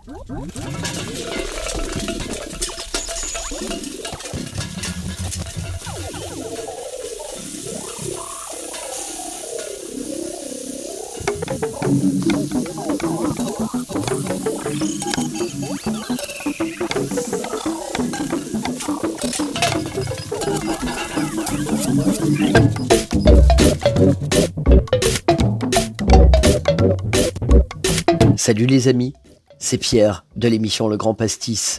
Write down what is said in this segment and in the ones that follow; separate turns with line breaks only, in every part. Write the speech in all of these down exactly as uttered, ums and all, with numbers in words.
Salut les amis, c'est Pierre de l'émission Le Grand Pastis.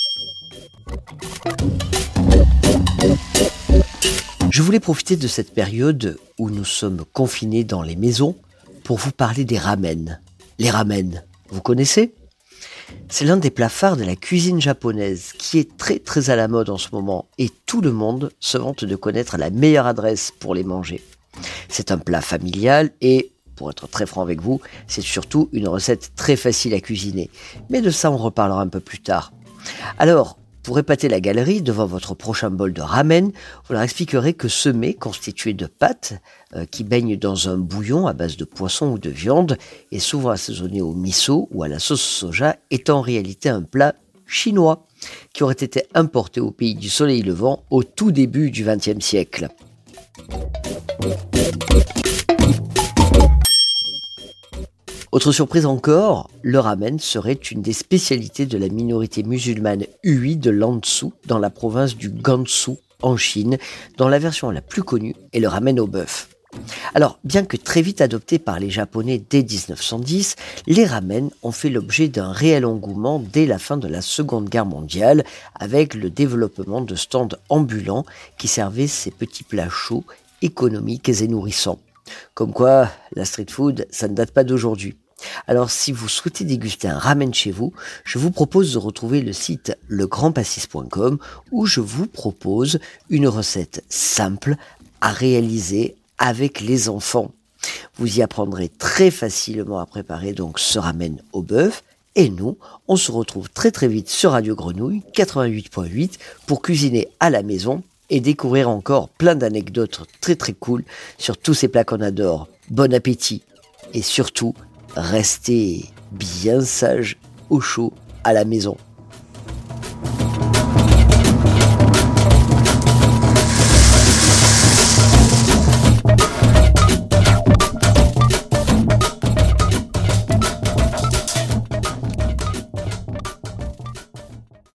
Je voulais profiter de cette période où nous sommes confinés dans les maisons pour vous parler des ramen. Les ramen, vous connaissez ? C'est l'un des plats phares de la cuisine japonaise qui est très très à la mode en ce moment et tout le monde se vante de connaître la meilleure adresse pour les manger. C'est un plat familial et, pour être très franc avec vous, c'est surtout une recette très facile à cuisiner. Mais de ça, on reparlera un peu plus tard. Alors, pour épater la galerie, devant votre prochain bol de ramen, vous leur expliquerez que ce mets, constitué de pâtes euh, qui baignent dans un bouillon à base de poisson ou de viande, et souvent assaisonné au miso ou à la sauce soja, est en réalité un plat chinois qui aurait été importé au pays du soleil levant au tout début du vingtième siècle. Autre surprise encore, le ramen serait une des spécialités de la minorité musulmane Hui de Lanzhou, dans la province du Gansu, en Chine, dont la version la plus connue est le ramen au bœuf. Alors, bien que très vite adopté par les Japonais dès dix-neuf cent dix, les ramen ont fait l'objet d'un réel engouement dès la fin de la Seconde Guerre mondiale, avec le développement de stands ambulants qui servaient ces petits plats chauds, économiques et nourrissants. Comme quoi, la street food, ça ne date pas d'aujourd'hui. Alors, si vous souhaitez déguster un ramen chez vous, je vous propose de retrouver le site le grand pastis point com où je vous propose une recette simple à réaliser avec les enfants. Vous y apprendrez très facilement à préparer donc ce ramen au bœuf. Et nous, on se retrouve très très vite sur Radio Grenouille quatre-vingt-huit point huit pour cuisiner à la maison et découvrir encore plein d'anecdotes très très cool sur tous ces plats qu'on adore. Bon appétit et surtout, restez bien sages au chaud à la maison.